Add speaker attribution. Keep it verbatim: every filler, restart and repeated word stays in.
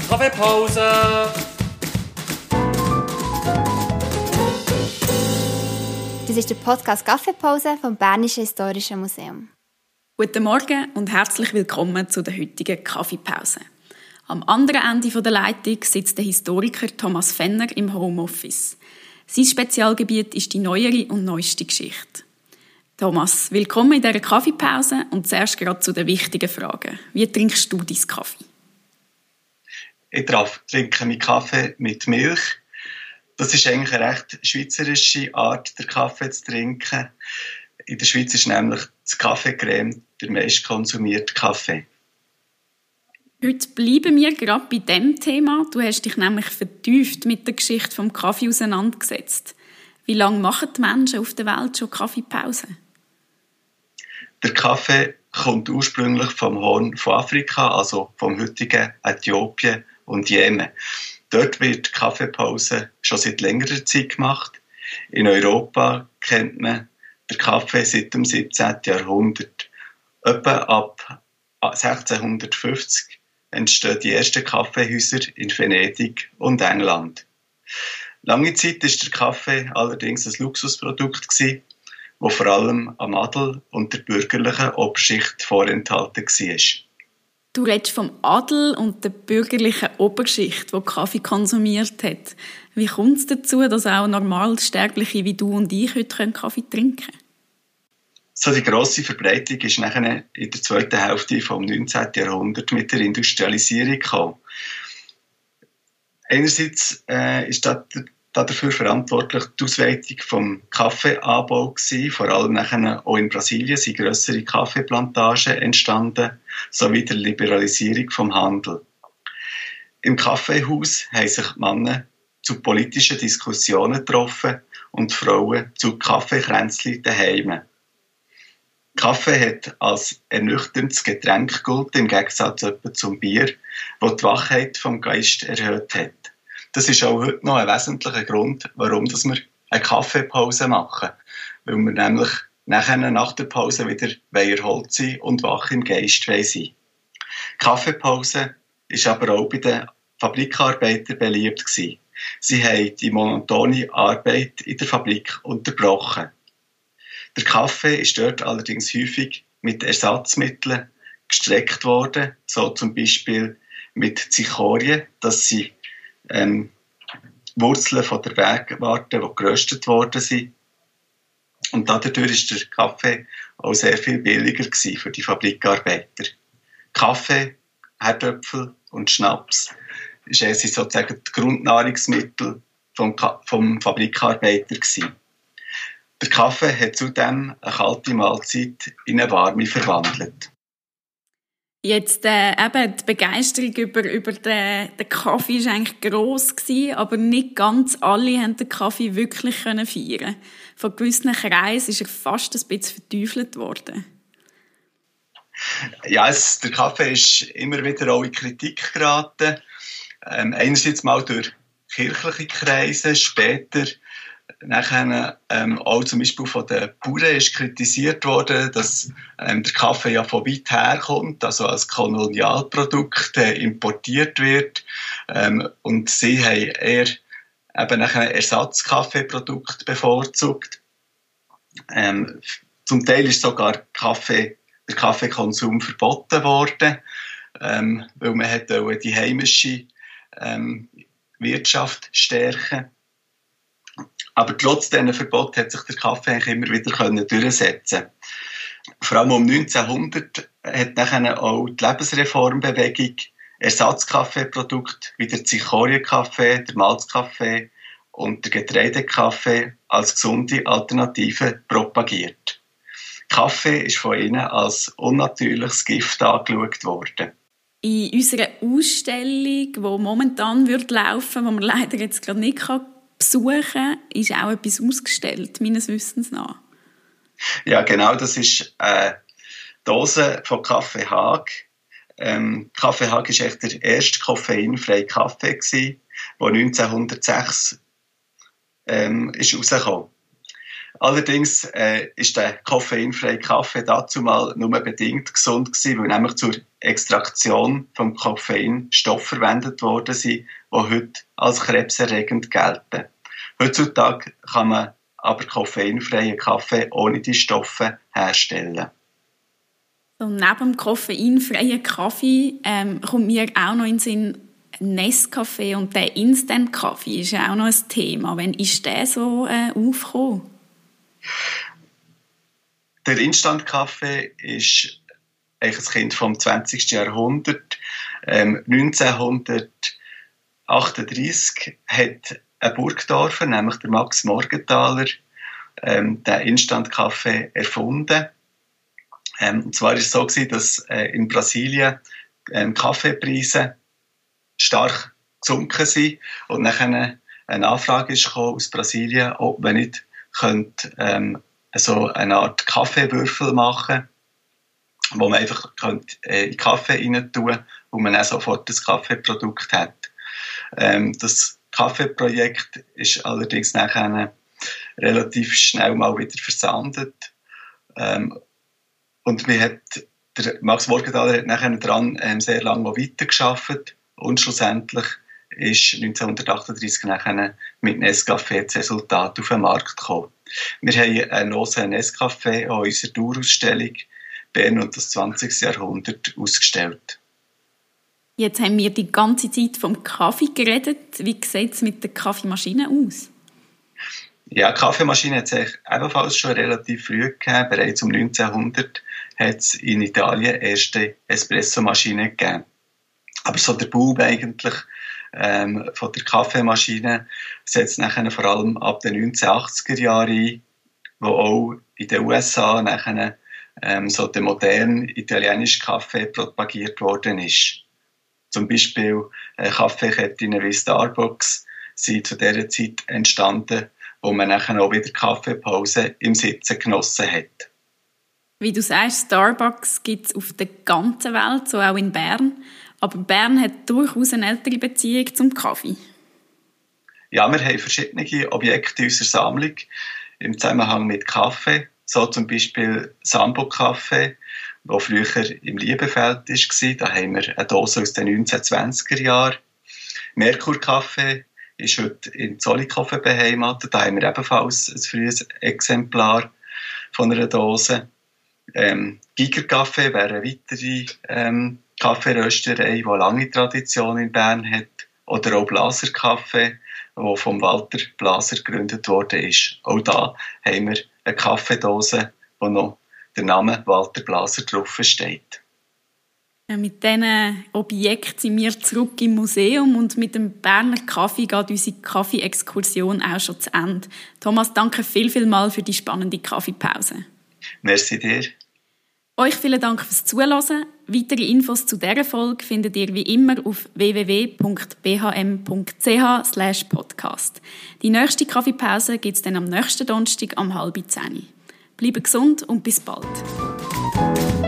Speaker 1: Kaffeepause!
Speaker 2: Das ist der Podcast Kaffeepause vom Bernischen Historischen Museum.
Speaker 3: Guten Morgen und herzlich willkommen zu der heutigen Kaffeepause. Am anderen Ende der Leitung sitzt der Historiker Thomas Fenner im Homeoffice. Sein Spezialgebiet ist die neuere und neueste Geschichte. Thomas, willkommen in dieser Kaffeepause und zuerst gerade zu den wichtigen Fragen. Wie trinkst du deinen Kaffee?
Speaker 4: Ich trinke meinen Kaffee mit Milch. Das ist eigentlich eine recht schweizerische Art, den Kaffee zu trinken. In der Schweiz ist nämlich das Kaffeecreme der meist konsumierte Kaffee.
Speaker 3: Heute bleiben wir gerade bei diesem Thema. Du hast dich nämlich vertieft mit der Geschichte des Kaffee auseinandergesetzt. Wie lange machen die Menschen auf der Welt schon Kaffeepause?
Speaker 4: Der Kaffee kommt ursprünglich vom Horn von Afrika, also vom heutigen Äthiopien und Jemen. Dort wird Kaffeepause schon seit längerer Zeit gemacht. In Europa kennt man den Kaffee seit dem siebzehnten Jahrhundert. Etwa ab sechzehnhundertfünfzig entstehen die ersten Kaffeehäuser in Venedig und England. Lange Zeit war der Kaffee allerdings ein Luxusprodukt, das vor allem am Adel und der bürgerlichen Oberschicht vorenthalten war.
Speaker 3: Du redest vom Adel und der bürgerlichen Oberschicht, die Kaffee konsumiert hat. Wie kommt es dazu, dass auch Normalsterbliche wie du und ich heute Kaffee trinken können?
Speaker 4: So die grosse Verbreitung ist nachher in der zweiten Hälfte des neunzehnten Jahrhunderts mit der Industrialisierung gekommen. Einerseits äh, ist das dafür verantwortlich die Ausweitung des Kaffeeanbaus gewesen. Vor allem nachher auch in Brasilien sind grössere Kaffeeplantagen entstanden, sowie der Liberalisierung des Handels. Im Kaffeehaus haben sich die Männer zu politischen Diskussionen getroffen und die Frauen zu Kaffeekränzchen daheim. Kaffee hat als ernüchterndes Getränk gegolten, im Gegensatz etwa zum Bier, das die Wachheit vom Geist erhöht hat. Das ist auch heute noch ein wesentlicher Grund, warum wir eine Kaffeepause machen. Weil wir nämlich nachher, nach der Pause wieder erholt sind und wach im Geist sein wollen. Kaffeepause war aber auch bei den Fabrikarbeitern beliebt gewesen. Sie haben die monotone Arbeit in der Fabrik unterbrochen. Der Kaffee ist dort allerdings häufig mit Ersatzmitteln gestreckt worden, so zum Beispiel mit Zichorien, das sind ähm, Wurzeln von der Wegwarte, die geröstet worden sind. Und dadurch war der Kaffee auch sehr viel billiger gewesen für die Fabrikarbeiter. Kaffee, Herdöpfel und Schnaps waren sozusagen die Grundnahrungsmittel vom, Ka- vom Fabrikarbeiter gewesen. Der Kaffee hat zudem eine kalte Mahlzeit in eine warme verwandelt.
Speaker 3: Jetzt äh, eben die Begeisterung über, über den, den Kaffee war eigentlich gross gewesen, aber nicht ganz alle haben den Kaffee wirklich können feiern. Von gewissen Kreisen ist er fast ein bisschen verteufelt worden.
Speaker 4: Ja, es, der Kaffee ist immer wieder auch in Kritik geraten. Ähm, einerseits mal durch kirchliche Kreise, später nachher ähm, auch zum Beispiel von den Bauern ist kritisiert worden, dass ähm, der Kaffee ja von weit her kommt, also als Kolonialprodukt äh, importiert wird. Ähm, und sie haben eher eben nachher Ersatzkaffeeprodukte bevorzugt. Ähm, zum Teil ist sogar Kaffee, der Kaffeekonsum verboten worden, ähm, weil man hat auch die heimische ähm, Wirtschaft stärken. Aber trotz diesen Verbot hat sich der Kaffee eigentlich immer wieder durchsetzen. Vor allem um neunzehnhundert hat nachher auch die Lebensreformbewegung Ersatzkaffeeprodukte wie der Zichorienkaffee, der Malzkaffee und der Getreidekaffee als gesunde Alternative propagiert. Kaffee ist von ihnen als unnatürliches Gift angeschaut worden.
Speaker 3: In unserer Ausstellung, die momentan wird laufen, die man leider jetzt gerade nicht besuchen kann, ist auch etwas ausgestellt, meines Wissens nach.
Speaker 4: Ja, genau, das ist eine Dose von Kaffee Haag. Ähm, Kaffee Haag war echt der erste koffeinfreie Kaffee, der neunzehnhundertsechs ähm, ist rausgekommen. Allerdings äh, ist der koffeinfreie Kaffee dazu mal nur bedingt gesund gewesen, weil nämlich zur Extraktion vom Koffein Stoffe verwendet worden sind, die heute als krebserregend gelten. Heutzutage kann man aber koffeinfreien Kaffee ohne die Stoffe herstellen.
Speaker 3: So, neben dem koffeinfreien Kaffee ähm, kommt mir auch noch in den Sinn Nescafé und der Instant-Kaffee ist ja auch noch ein Thema. Wann ist der so äh, aufgekommen?
Speaker 4: Der Instant-Kaffee ist eigentlich ein Kind vom zwanzigsten Jahrhundert. Ähm, neunzehnhundertachtunddreissig hat ein Burgdorfer, nämlich der Max Morgenthaler, ähm, den Instant-Kaffee erfunden. Ähm, und zwar war es so, dass äh, in Brasilien ähm, Kaffeepreise stark gesunken sind und nachher eine Anfrage ist aus Brasilien, ob man nicht könnte, ähm, so eine Art Kaffeewürfel machen, wo man einfach könnte, äh, in Kaffee rein tun und man dann sofort das Kaffeeprodukt hat. Ähm, das Kaffeeprojekt ist allerdings nachher relativ schnell mal wieder versandet. Ähm, und wir hat, der Max Morgenthaler hat nachher daran ähm, sehr lange weitergearbeitet und schlussendlich ist neunzehnhundertachtunddreissig nachher mit Nescafé das Resultat auf den Markt gekommen. Wir haben einen grossen Nescafé an unserer Dauerausstellung Bern und das zwanzigste Jahrhundert ausgestellt.
Speaker 3: Jetzt haben wir die ganze Zeit vom Kaffee geredet. Wie sieht es mit der Kaffeemaschine aus?
Speaker 4: Ja, die Kaffeemaschine hat es ebenfalls schon relativ früh gegeben. Bereits um neunzehnhundert hat es in Italien erste Espressomaschinen gegeben. Aber so der Boom eigentlich ähm, von der Kaffeemaschine setzt nachher vor allem ab den neunzehnhundertachtziger Jahren ein, wo auch in den U S A nachher ähm, so der moderne italienische Kaffee propagiert worden ist. Zum Beispiel äh, Kaffeeketten wie Starbucks sind zu dieser Zeit entstanden, wo man nachher auch wieder Kaffeepause im Sitzen genossen hat.
Speaker 3: Wie du sagst, Starbucks gibt es auf der ganzen Welt, so auch in Bern. Aber Bern hat durchaus eine ältere Beziehung zum Kaffee.
Speaker 4: Ja, wir haben verschiedene Objekte in unserer Sammlung im Zusammenhang mit Kaffee. So zum Beispiel Sambo-Kaffee, der früher im Liebefeld war. Da haben wir eine Dose aus den neunzehnhundertzwanziger Jahren. Merkur-Kaffee ist heute in Zollikofen beheimatet. Da haben wir ebenfalls ein frühes Exemplar von einer Dose. Ähm, Giger-Kaffee wäre eine weitere ähm, Kaffeerösterei, die eine lange Tradition in Bern hat. Oder auch Blaser-Kaffee, der von Walter Blaser gegründet worden ist. Auch da haben wir eine Kaffeedose, wo noch der Name Walter Blaser drauf steht.
Speaker 3: Ja, mit diesen Objekten sind wir zurück im Museum und mit dem Berner Kaffee geht unsere Kaffee-Exkursion auch schon zu Ende. Thomas, danke viel, viel mal für die spannende Kaffeepause.
Speaker 4: Merci dir.
Speaker 3: Euch vielen Dank fürs Zuhören. Weitere Infos zu dieser Folge findet ihr wie immer auf w w w punkt b h m punkt c h slash podcast. Die nächste Kaffeepause gibt es dann am nächsten Donnerstag um halb zehn. Bleibt gesund und bis bald.